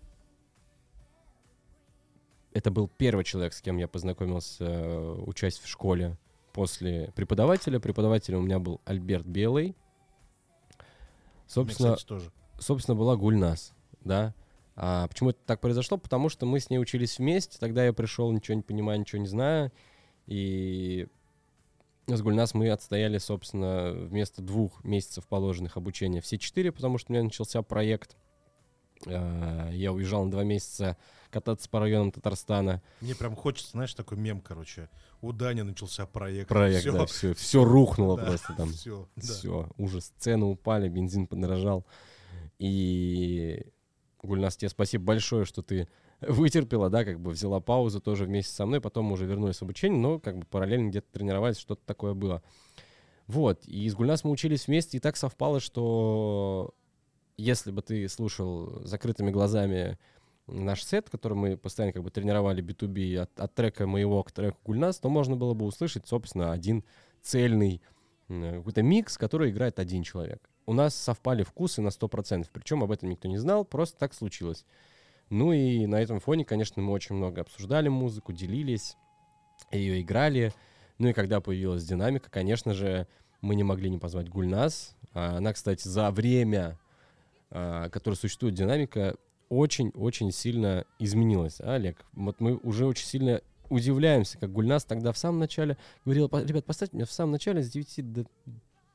это был первый человек, с кем я познакомился, э, учась в школе после преподавателя. Преподавателем у меня был Альберт Белый. Мне, Собственно, кстати, тоже. собственно, была Гульнас, да. А почему это так произошло? Потому что мы с ней учились вместе, тогда я пришел, ничего не понимая, ничего не знаю, и с Гульнас мы отстояли, собственно, вместо двух месяцев положенных обучения все четыре, потому что у меня начался проект. А, Я уезжал на два месяца кататься по районам Татарстана. Мне прям хочется, знаешь, такой мем, короче. У Дани начался проект. Проект, Всё. да, все, все рухнуло Да, просто там. всё, да. Все, ужас. Цены упали, бензин подорожал. И, Гульнас, тебе спасибо большое, что ты вытерпела, да, как бы взяла паузу тоже вместе со мной, потом мы уже вернулись в обучение, но как бы параллельно где-то тренировались, что-то такое было. Вот, и с Гульнас мы учились вместе, и так совпало, что если бы ты слушал закрытыми глазами наш сет, который мы постоянно как бы тренировали би ту би от, от трека моего к треку Гульнас, то можно было бы услышать, собственно, один цельный м, какой-то микс, который играет один человек. У нас совпали вкусы на сто процентов, причем об этом никто не знал, просто так случилось. Ну и на этом фоне, конечно, мы очень много обсуждали музыку, делились, ее играли. Ну и когда появилась динамика, конечно же, мы не могли не позвать Гульнас. А Она, кстати, за время, а, которое существует динамика, очень-очень сильно изменилась, а, Олег? Вот мы уже очень сильно удивляемся, как Гульнас тогда в самом начале говорила: «По- ребят, поставьте меня в самом начале с девяти до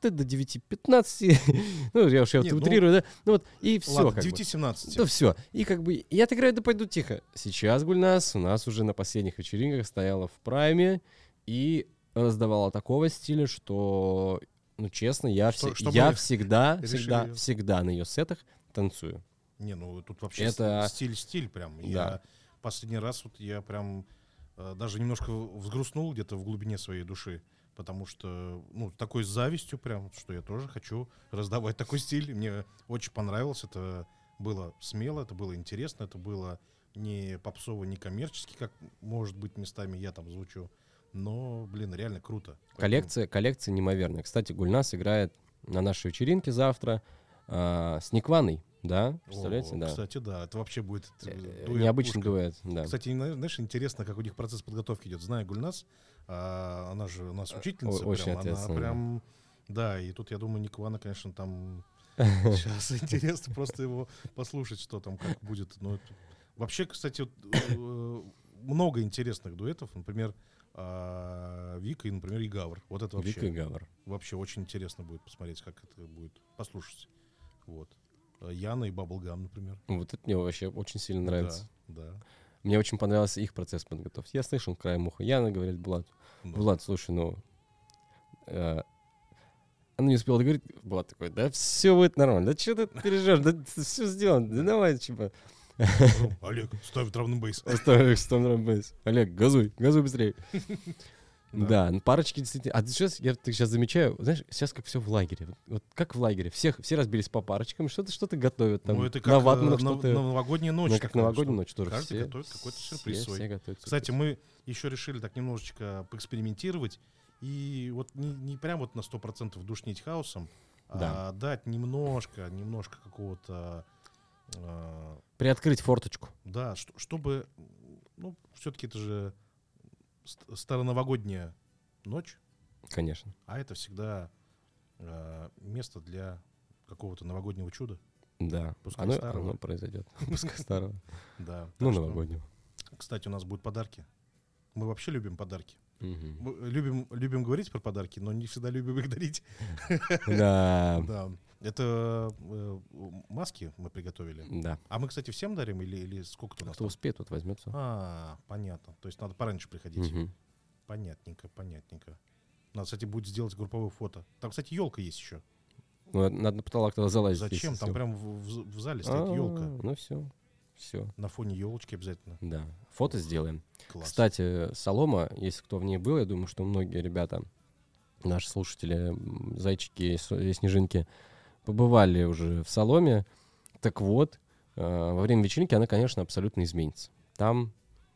ты до девяти пятнадцати, ну, я уж я Не, ну, утрирую, да, ну вот, и все Ладно, как бы. девяти семнадцати. Да все. И как бы я отыграю, да пойду тихо. Сейчас Гульнас у нас уже на последних вечеринках стояла в прайме и раздавала такого стиля, что, ну честно, я, Что- все- чтобы я мы всегда, решили всегда, её- всегда на ее сетах танцую. Не, ну тут вообще Это- стиль-стиль прям. Да. Я последний раз вот я прям э, даже немножко взгрустнул где-то в глубине своей души, потому что, ну, такой с завистью прям, что я тоже хочу раздавать такой стиль. Мне очень понравилось, это было смело, это было интересно, это было не попсово, не коммерчески, как, может быть, местами я там звучу, но, блин, реально круто. Коллекция, коллекция неимоверная. Кстати, Гульнас играет на нашей вечеринке завтра а, с Никваной, да? Представляете, О, да. Кстати, да, это вообще будет э, Э, дуэт Необычный пушка. дуэт, да. Кстати, на- знаешь, интересно, как у них процесс подготовки идет. Знаю Гульнас, а, она же у нас учительница, О- очень прям, она ответственная. прям, да, и тут, я думаю, Никвана, конечно, там сейчас интересно просто его послушать, что там, как будет. Но это- Вообще, кстати, вот, э, много интересных дуэтов, например, а, Вика и, например, и Гавр. Вот это Вика и вообще, Гавр. вообще очень интересно будет посмотреть, как это будет, послушать. Вот. А, Яна и Баблгам, например. Вот это мне вообще очень сильно нравится. Да, да. Мне очень понравился их процесс подготовки. Я слышал краем уха. Яна говорит Булат. да. Булат, слушай, ну... э, она не успела договорить. Булат такой, да все будет нормально. Да что ты переживаешь? Да все сделано. Да давай, типа. Ну, Олег, ставь травный бейс. Оставь, что нравится. Олег, газуй, газуй быстрее. Да. Да, ну, парочки действительно. А ты сейчас, я так сейчас замечаю, знаешь, сейчас как все в лагере. Вот, вот как в лагере. Всех, все разбились по парочкам, что-то что-то готовят. Там, Ну, это на как ватманах э, на- что-то. на новогодняя ночь. ну, как такая, новогоднюю что ночь тоже. Каждый все, готовит какой-то сюрприз все, свой. все готовят Кстати, сюрприз. мы еще решили так немножечко поэкспериментировать и вот не, не прям вот на сто процентов душнить хаосом, Да. а дать немножко, немножко какого-то, э, Приоткрыть форточку. да, что- чтобы, ну, все-таки это же ст- староновогодняя ночь, Конечно. а это всегда э, место для какого-то новогоднего чуда. Да. Пускай Оно, старого. оно произойдет. Пускай старого. Да. Ну, так что, новогоднего. Кстати, у нас будут подарки. Мы вообще любим подарки. Мгм. Мы любим, любим говорить про подарки, но не всегда любим их дарить. Да. Да. Это э, маски мы приготовили. Да. А мы, кстати, всем дарим или, или сколько-то у нас Кто там? успеет, тот возьмет всё. А, понятно. То есть надо пораньше приходить. Мгм. Понятненько, понятненько. Надо, кстати, будет сделать групповое фото. Там, кстати, елка есть еще. Ну, надо на потолок тогда залазить. Зачем? если Там всё. прям в, в- в зале стоит А, елка. Ну все. Все. На фоне елочки обязательно. Да. Фото сделаем. Класс. Кстати, солома, если кто в ней был, я думаю, что многие ребята, наши слушатели, м, зайчики и со- и снежинки, побывали уже в соломе. Так вот, э, во время вечеринки она, конечно, абсолютно изменится. Там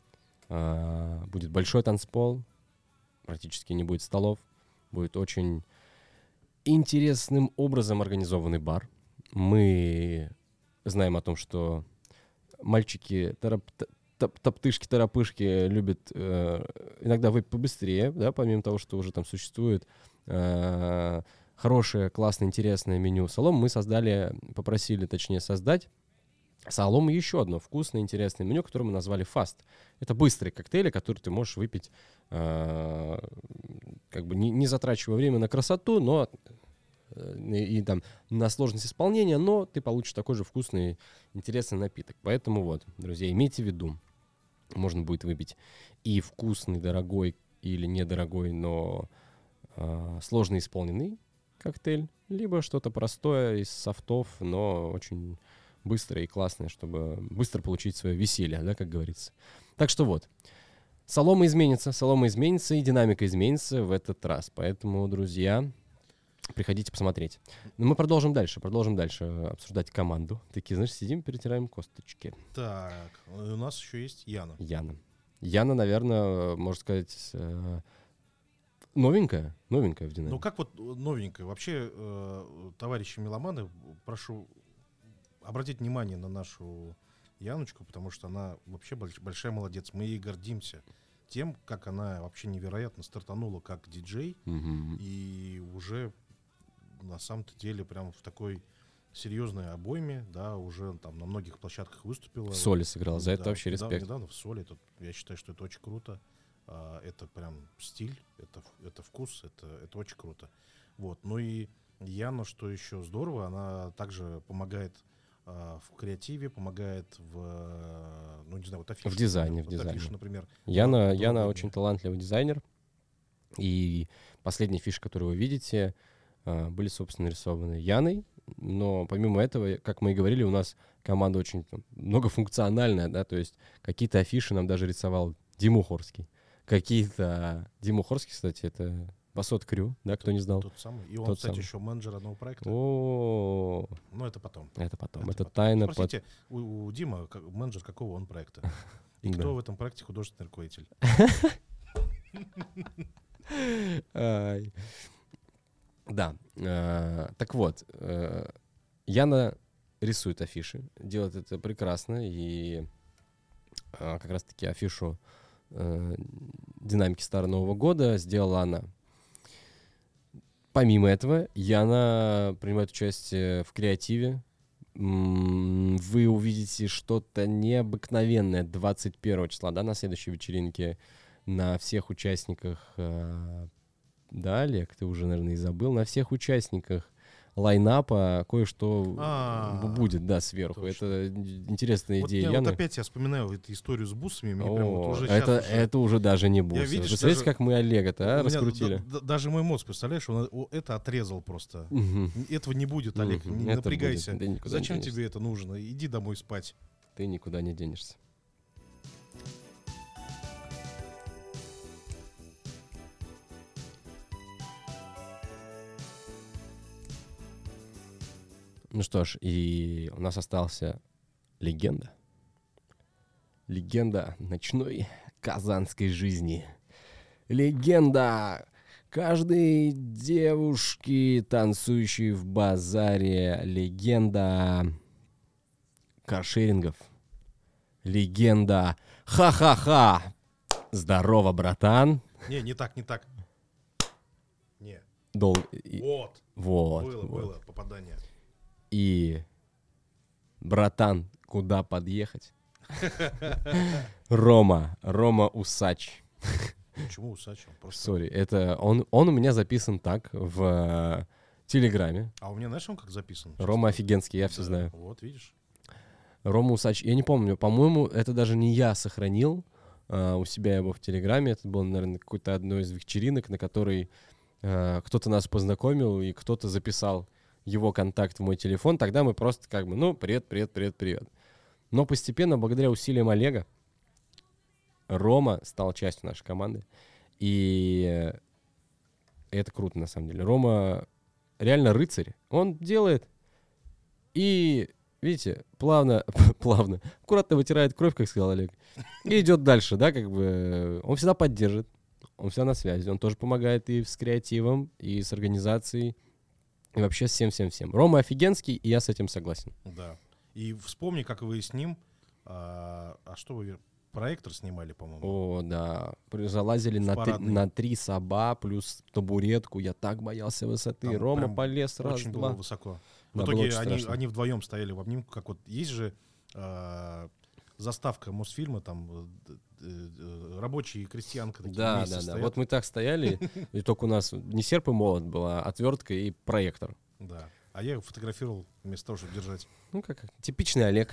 э, будет большой танцпол, практически не будет столов, будет очень интересным образом организованный бар. Мы знаем о том, что мальчики, тарап- т- топ- топтышки, тарапышки любят э, иногда выпить побыстрее, да, помимо того, что уже там существует э, хорошее, классное, интересное меню солом, мы создали, попросили, точнее, создать солому еще одно вкусное, интересное меню, которое мы назвали «Фаст». Это быстрые коктейли, которые ты можешь выпить, э, как бы не, не затрачивая время на красоту, но э, и, и там на сложность исполнения, но ты получишь такой же вкусный, интересный напиток. Поэтому вот, друзья, имейте в виду, можно будет выпить и вкусный, дорогой или недорогой, но э, сложно исполненный коктейль, либо что-то простое из софтов, но очень быстрое и классное, чтобы быстро получить свое веселье, да, как говорится. Так что вот, солома изменится, солома изменится, и динамика изменится в этот раз. Поэтому, друзья, приходите посмотреть. Но мы продолжим дальше, продолжим дальше обсуждать команду. Такие, знаешь, сидим, перетираем косточки. Так, у нас еще есть Яна. Яна. Яна, наверное, можно сказать, э, новенькая, новенькая в динамике. Ну как вот новенькая? Вообще, э, товарищи меломаны, прошу обратить внимание на нашу Яночку, потому что она вообще больш- большая молодец. Мы ей гордимся тем, как она вообще невероятно стартанула как диджей. Мгм. И уже на самом-то деле прям в такой серьезной обойме, да, уже там на многих площадках выступила. В соле сыграла, за это Да, вообще недавно- респект. Недавно в соле, это, я считаю, что это очень круто. А, это прям стиль, это, в- это вкус, это, это очень круто. Вот. Ну и Яна, что еще здорово, она также помогает а, в креативе, помогает в, а, ну не знаю, вот афиши. В дизайне, например, в вот дизайне. афиши, например. Яна, Ново- Яна новогодние. очень талантливый дизайнер. И последние фишки, которые вы видите, а, были, собственно, нарисованы Яной. Но помимо этого, как мы и говорили, у нас команда очень там, многофункциональная, да, то есть какие-то афиши нам даже рисовал Дима Ухорский. Какие-то... Дима Ухорский, кстати, это Басот Крю, да, кто не знал. Тот самый. И он, Тот кстати, самый. еще менеджер одного проекта. О, Но это потом. это потом. Это Это потом. тайна. под- Спросите, у, у Дима как- менеджер какого он проекта? И Да. кто в этом проекте художественный руководитель? Ай. Да. э, Так вот, э, Яна рисует афиши, делает это прекрасно, и э, как раз-таки афишу э, динамики Старого Нового года сделала она. Помимо этого, Яна принимает участие в креативе. М, Вы увидите что-то необыкновенное двадцать первого числа, да, на следующей вечеринке на всех участниках. э, Да, Олег, ты уже, наверное, и забыл. На всех участниках лайнапа кое-что А, б- будет, да, сверху. точно. Это ин- интересная Вот, идея я, вот Яны. опять я вспоминаю эту историю с бусами. Мне прям вот О, уже это, щас уже- это уже даже не бусы. видишь, Представляете, даже- как мы Олега-то а, у меня раскрутили? да- да- даже мой мозг, представляешь, он о- это отрезал просто. Мгм. Этого не будет, Олег, Мгм. не Это напрягайся. будет. Ты никуда не Зачем денешься. тебе это нужно? Иди домой спать. Ты никуда не денешься. Ну что ж, и у нас остался легенда. Легенда ночной казанской жизни. Легенда каждой девушки, танцующей в базаре. Легенда каршерингов. Легенда ха-ха-ха. Здорово, братан. Не, не так, не так. Не. Дол... и- Вот. Вот. было, вот. было попадание. И, братан, куда подъехать? Рома, Рома Усач. Почему усач? Он просто... Сори, это он, он у меня записан так в э, Телеграме. А у меня, знаешь, он как записан? Рома Честно. офигенский, я все Да, знаю. Вот, видишь? Рома Усач, я не помню, по-моему, это даже не я сохранил э, у себя его в Телеграме. Это было, наверное, какой-то одной из вечеринок, на которой э, кто-то нас познакомил, и кто-то записал его контакт в мой телефон. Тогда мы просто как бы, ну, привет, привет, привет, привет. Но постепенно, благодаря усилиям Олега, Рома стал частью нашей команды. И это круто, на самом деле. Рома реально рыцарь. Он делает и, видите, плавно, плавно, аккуратно вытирает кровь, как сказал Олег, и идет дальше, да, как бы. Он всегда поддержит, он всегда на связи, он тоже помогает и с креативом, и с организацией, и вообще всем-всем-всем. Рома офигенский, и я с этим согласен. Да. И вспомни, как вы с ним... А, а что вы... Проектор снимали, по-моему. О, да. При- Залазили В на три, парадный. на три саба плюс табуретку. Я так боялся высоты. Там Рома прям полез раз, Очень два. было высоко. В Да, было итоге очень они, страшно. они вдвоем стояли в обнимку, как вот есть же а, заставка Мосфильма, там э, э, э, рабочие и крестьянка такие Да, вместе да, да. стоят. Вот мы так стояли, и только у нас не серп и молот была, а отвертка и проектор. Да. А я его фотографировал вместо того, чтобы держать. Ну, как как типичный Олег.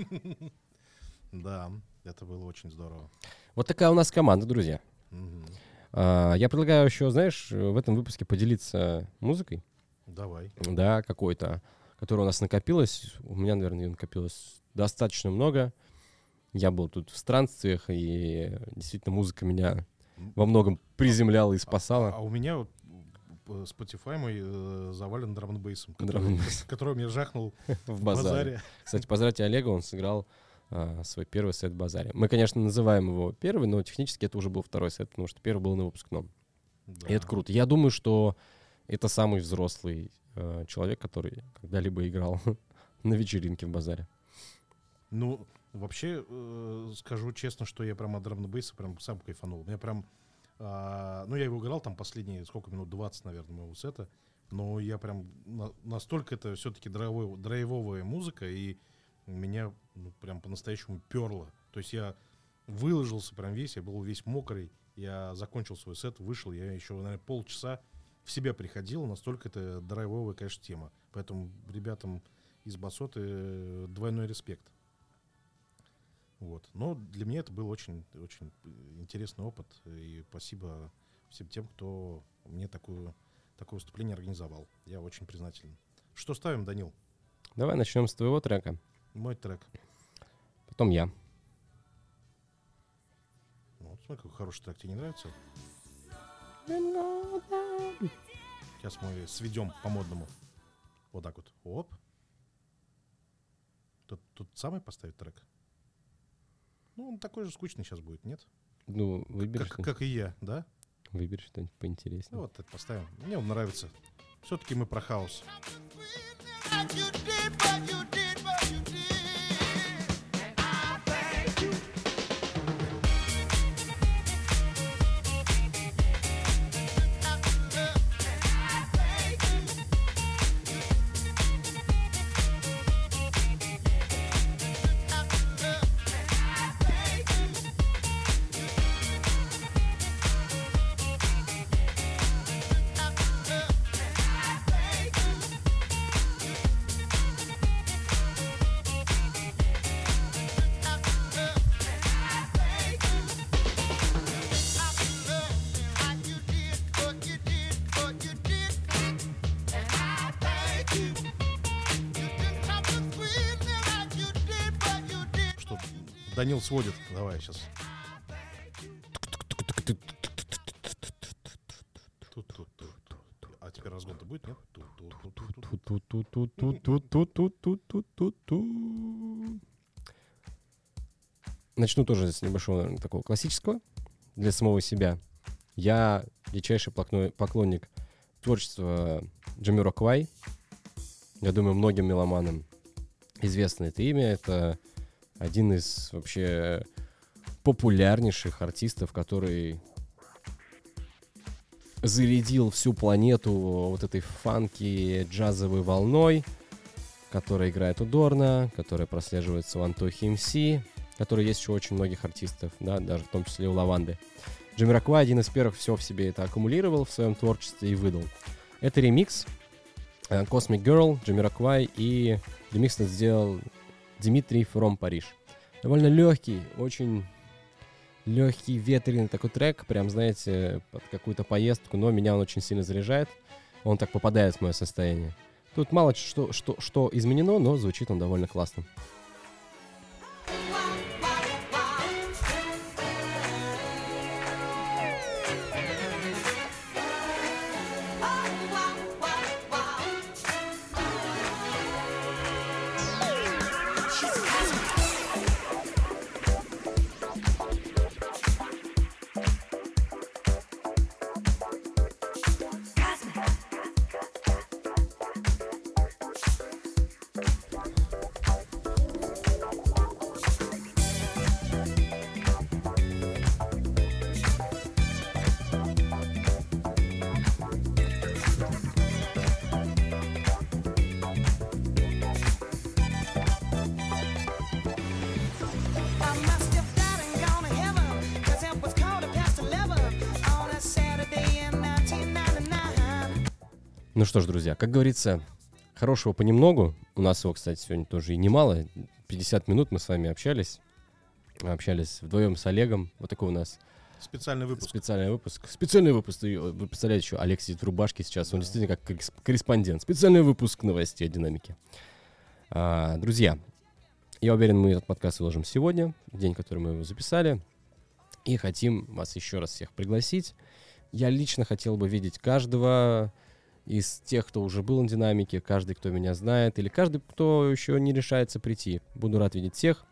Да, это было очень здорово. Вот такая у нас команда, друзья. Мгм. А, Я предлагаю еще, знаешь, в этом выпуске поделиться музыкой, Давай. да, какой-то, которая у нас накопилась. У меня, наверное, ее накопилось достаточно много. Я был тут в странствиях, и действительно музыка меня во многом приземляла и А, спасала. у меня вот э, Spotify мой э, завален драм-н-бейсом, который, Драм-н-бейс. которым я жахнул В в базаре. базаре. Кстати, поздравьте Олега, он сыграл а, свой первый сет в базаре. Мы, конечно, называем его первый, но технически это уже был второй сет, потому что первый был на выпускном. Да. И это круто. Я думаю, что это самый взрослый э, человек, который когда-либо играл на вечеринке в базаре. Ну, вообще, э, скажу честно, что я прям от драм-н-бейса прям сам кайфанул. У меня прям, а, ну, я его играл там последние, сколько минут, двадцать, наверное, моего сета. Но я прям, на- настолько это все-таки драйвовая, драйвовая музыка, и меня ну, прям по-настоящему перло. То есть я выложился прям весь, я был весь мокрый. Я закончил свой сет, вышел, я еще, наверное, полчаса в себя приходило, настолько это драйвовая, конечно, тема. Поэтому ребятам из Басоты двойной респект. Вот. Но для меня это был очень, очень интересный опыт. И спасибо всем тем, кто мне такую, такое выступление организовал. Я очень признателен. Что ставим, Данил? Давай начнем с твоего трека. Мой трек. Потом я. Ну, вот смотри, какой хороший трек. Тебе не нравится? Сейчас мы сведем по-модному. Вот так вот. Оп. Тут, тут самый поставить трек? Ну, он такой же скучный сейчас будет, нет? Ну, выбери, Как, что- как и я, да? выбери что-нибудь поинтереснее. Ну, вот это поставим. Мне он нравится. Все-таки мы про хаос. Что, Данил сводит. Давай сейчас. Тут-тут-тут. А теперь разгон-то будет, нет? Тут-тут-тут-тут. Ту-ту-ту-ту-ту-ту-ту-ту-ту. Начну тоже с небольшого, наверное, такого классического для самого себя. Я дичайший покло- поклонник творчества Джамироквай. Я думаю, многим меломанам известно это имя. Это один из вообще популярнейших артистов, который зарядил всю планету вот этой фанки джазовой волной, которая играет у Дорна, которая прослеживается у Антохи эм си, которая есть еще у очень многих артистов, да, даже в том числе у Лаванды. Джамироквай один из первых все в себе это аккумулировал в своем творчестве и выдал. Это ремикс э, Cosmic Girl, Джамироквай, и ремикс этот сделал Дмитрий from Париж. Довольно легкий, очень легкий, ветреный такой трек, прям, знаете, под какую-то поездку, но меня он очень сильно заряжает. Он так попадает в мое состояние. Тут мало что, что, что изменено, но звучит он довольно классно. Ну что ж, друзья, как говорится, хорошего понемногу. У нас его, кстати, сегодня тоже и немало. пятьдесят минут мы с вами общались. Общались вдвоем с Олегом. Вот такой у нас Специальный выпуск. специальный выпуск. Специальный выпуск. И, Вы представляете, еще Олег сидит в рубашке сейчас. Он Да. действительно как коррес- корреспондент. Специальный выпуск новостей о динамике. А, друзья, я уверен, мы этот подкаст выложим сегодня, в день, который мы его записали. И хотим вас еще раз всех пригласить. Я лично хотел бы видеть каждого из тех, кто уже был на динамике, каждый, кто меня знает, или каждый, кто еще не решается прийти. Буду рад видеть всех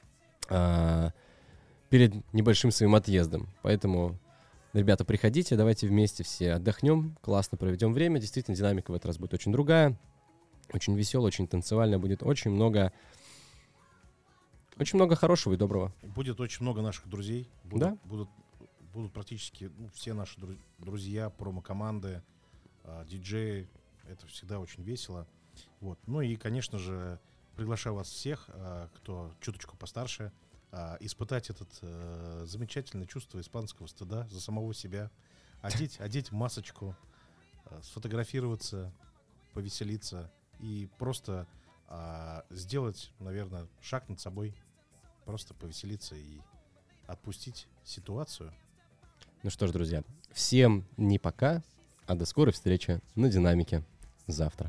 а, перед небольшим своим отъездом. Поэтому, ребята, приходите, давайте вместе все отдохнем, классно проведем время. Действительно, динамика в этот раз будет очень другая, очень веселая, очень танцевальная, будет очень много, очень много хорошего и доброго. Будет очень много наших друзей. Будут, Да. будут, будут практически ну, все наши дру- друзья, промо-команды, а, диджеи. Это всегда очень весело. Вот. Ну и, конечно же, приглашаю вас всех, а, кто чуточку постарше, а, испытать это замечательное чувство испанского стыда за самого себя. Одеть, одеть масочку, э, сфотографироваться, повеселиться и просто э, сделать, наверное, шаг над собой, просто повеселиться и отпустить ситуацию. Ну что ж, друзья, всем не пока, а до скорой встречи на Динамике завтра.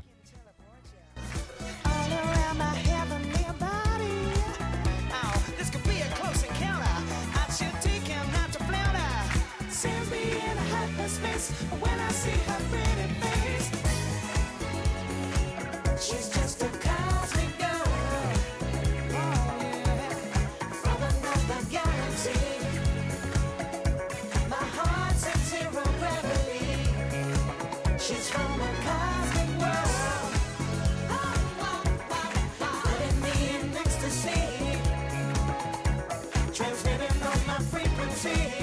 She's just a cosmic girl, oh yeah, from another galaxy. My heart's at zero gravity. She's from a cosmic world, oh, oh, oh, oh. Putting me in ecstasy, transmitting on my frequency.